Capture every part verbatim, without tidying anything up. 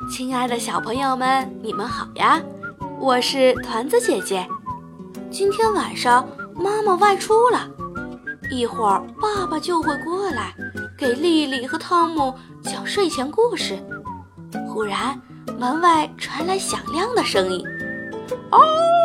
亲爱的小朋友们，你们好呀！我是团子姐姐。今天晚上妈妈外出了，一会儿爸爸就会过来，给丽丽和汤姆讲睡前故事。忽然，门外传来响亮的声音：“哦，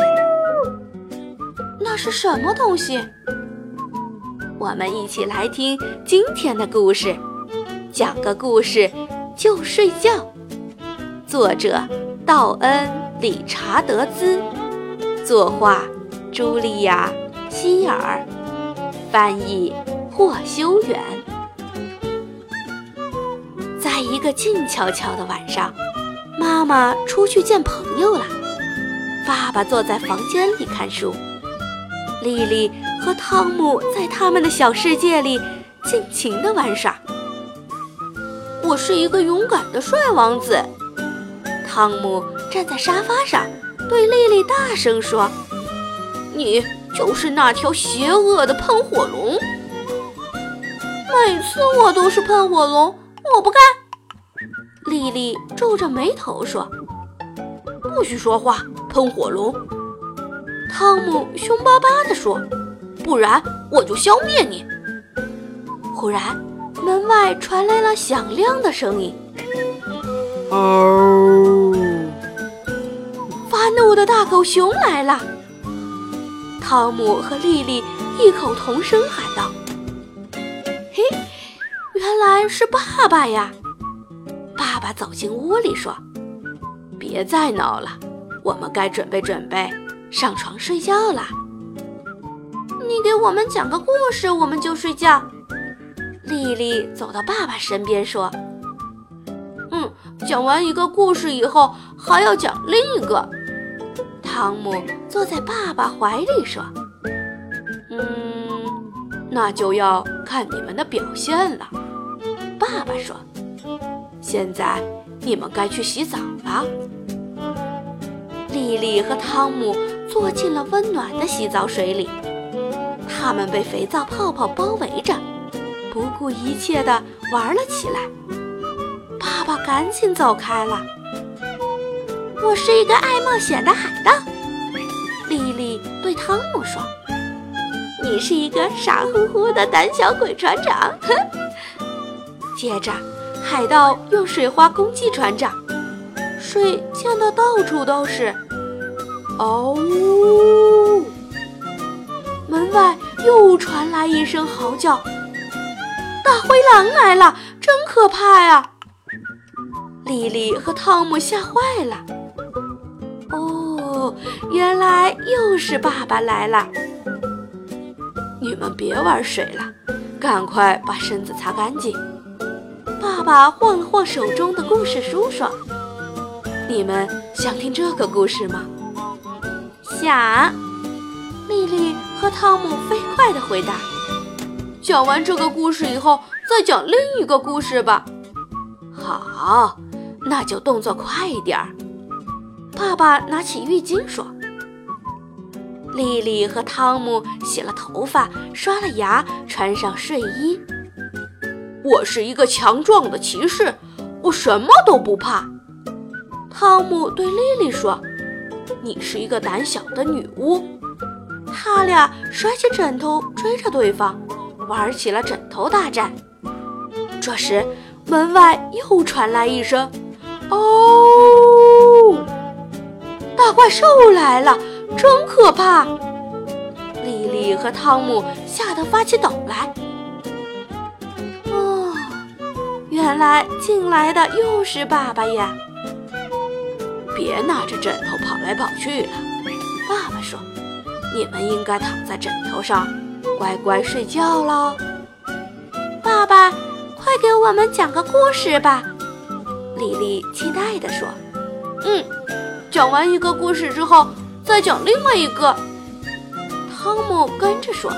那是什么东西？”我们一起来听今天的故事，讲个故事就睡觉。作者道恩·理查德兹，作画茱莉亚·希尔，翻译霍修远。在一个静悄悄的晚上，妈妈出去见朋友了，爸爸坐在房间里看书，丽丽和汤姆在他们的小世界里尽情地玩耍。我是一个勇敢的帅王子，汤姆站在沙发上对丽丽大声说：“你就是那条邪恶的喷火龙。”每次我都是喷火龙，我不干。丽丽皱着眉头说：“不许说话，喷火龙。”汤姆凶巴巴地说：“不然我就消灭你。”忽然，门外传来了响亮的声音：“ 嗷！” 发怒的大狗熊来了。汤姆和丽丽异口同声喊道：“嘿，原来是爸爸呀！”爸爸走进屋里说：“别再闹了，我们该准备准备上床睡觉了。”你给我们讲个故事，我们就睡觉。丽丽走到爸爸身边说：“嗯，讲完一个故事以后，还要讲另一个。”汤姆坐在爸爸怀里说：“嗯，那就要看你们的表现了。”爸爸说：“现在你们该去洗澡了。”丽丽和汤姆坐进了温暖的洗澡水里，他们被肥皂泡泡包围着，不顾一切地玩了起来。爸爸赶紧走开了。“我是一个爱冒险的海盗。”丽丽对汤姆说。“你是一个傻乎乎的胆小鬼船长。”哼。接着，海盗用水花攻击船长，水溅得到处都是。哦！门外又传来一声嚎叫：“大灰狼来了，真可怕呀！”丽丽和汤姆吓坏了。哦，原来又是爸爸来了。你们别玩水了，赶快把身子擦干净。爸爸晃了晃手中的故事书说：“你们想听这个故事吗？”“想。”丽丽和汤姆飞快地回答。“讲完这个故事以后，再讲另一个故事吧。”“好，那就动作快一点儿。”爸爸拿起浴巾说。丽丽和汤姆洗了头发，刷了牙，穿上睡衣。“我是一个强壮的骑士，我什么都不怕。”汤姆对丽丽说。“你是一个胆小的女巫。”他俩甩起枕头追着对方，玩起了枕头大战。这时，门外又传来一声：“哦！”大怪兽来了，真可怕！丽丽和汤姆吓得发起抖来。哦，原来进来的又是爸爸呀！别拿着枕头跑来跑去了，爸爸说。你们应该躺在枕头上，乖乖睡觉喽。爸爸，快给我们讲个故事吧！丽丽期待地说。嗯，讲完一个故事之后，再讲另外一个。汤姆跟着说。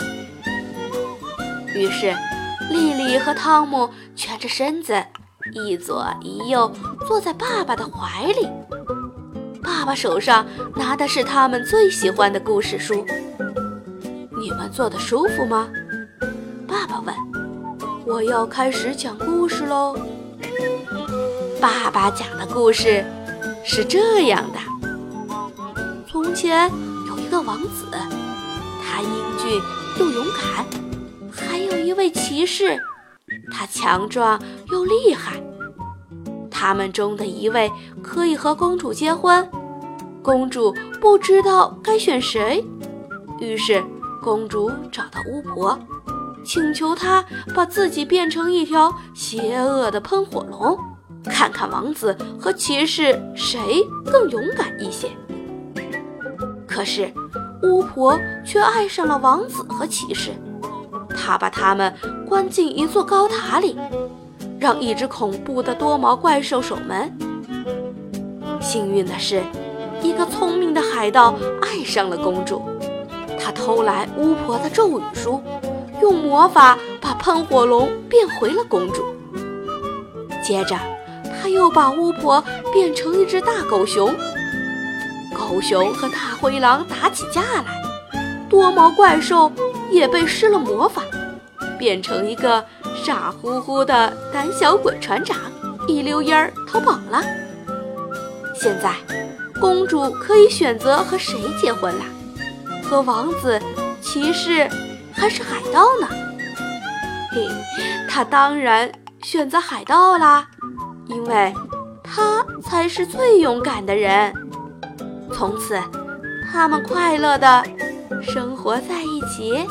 于是，丽丽和汤姆蜷着身子，一左一右坐在爸爸的怀里。爸爸手上拿的是他们最喜欢的故事书。你们坐得舒服吗？爸爸问。我要开始讲故事喽。 爸爸讲的故事是这样的：从前有一个王子，他英俊又勇敢，还有一位骑士，他强壮又厉害。他们中的一位可以和公主结婚，公主不知道该选谁，于是公主找到巫婆，请求她把自己变成一条邪恶的喷火龙，看看王子和骑士谁更勇敢一些。可是巫婆却爱上了王子和骑士，她把他们关进一座高塔里，让一只恐怖的多毛怪兽守门。幸运的是，一个聪明的海盗爱上了公主，他偷来巫婆的咒语书，用魔法把喷火龙变回了公主。接着他又把巫婆变成一只大狗熊，狗熊和大灰狼打起架来，多毛怪兽也被施了魔法，变成一个傻乎乎的胆小鬼船长，一溜烟儿逃跑了。现在公主可以选择和谁结婚了，和王子、骑士还是海盗呢？嘿，她当然选择海盗啦，因为他才是最勇敢的人。从此他们快乐地生活在一起。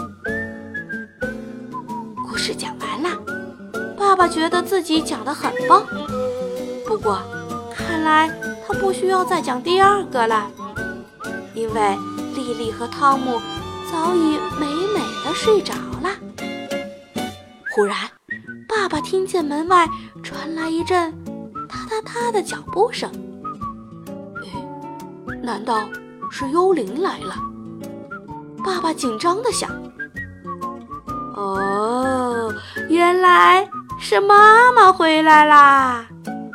故事讲完了，爸爸觉得自己讲得很棒，不过看来他不需要再讲第二个了，因为莉莉和汤姆早已美美地睡着了。忽然爸爸听见门外传来一阵踏踏踏的脚步声。诶，难道是幽灵来了？爸爸紧张地想。哦，原来是妈妈回来啦！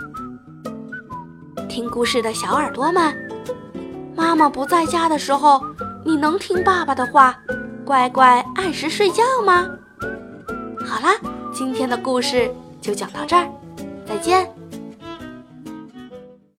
听故事的小耳朵们，妈妈不在家的时候，你能听爸爸的话，乖乖按时睡觉吗？好啦，今天的故事就讲到这儿，再见。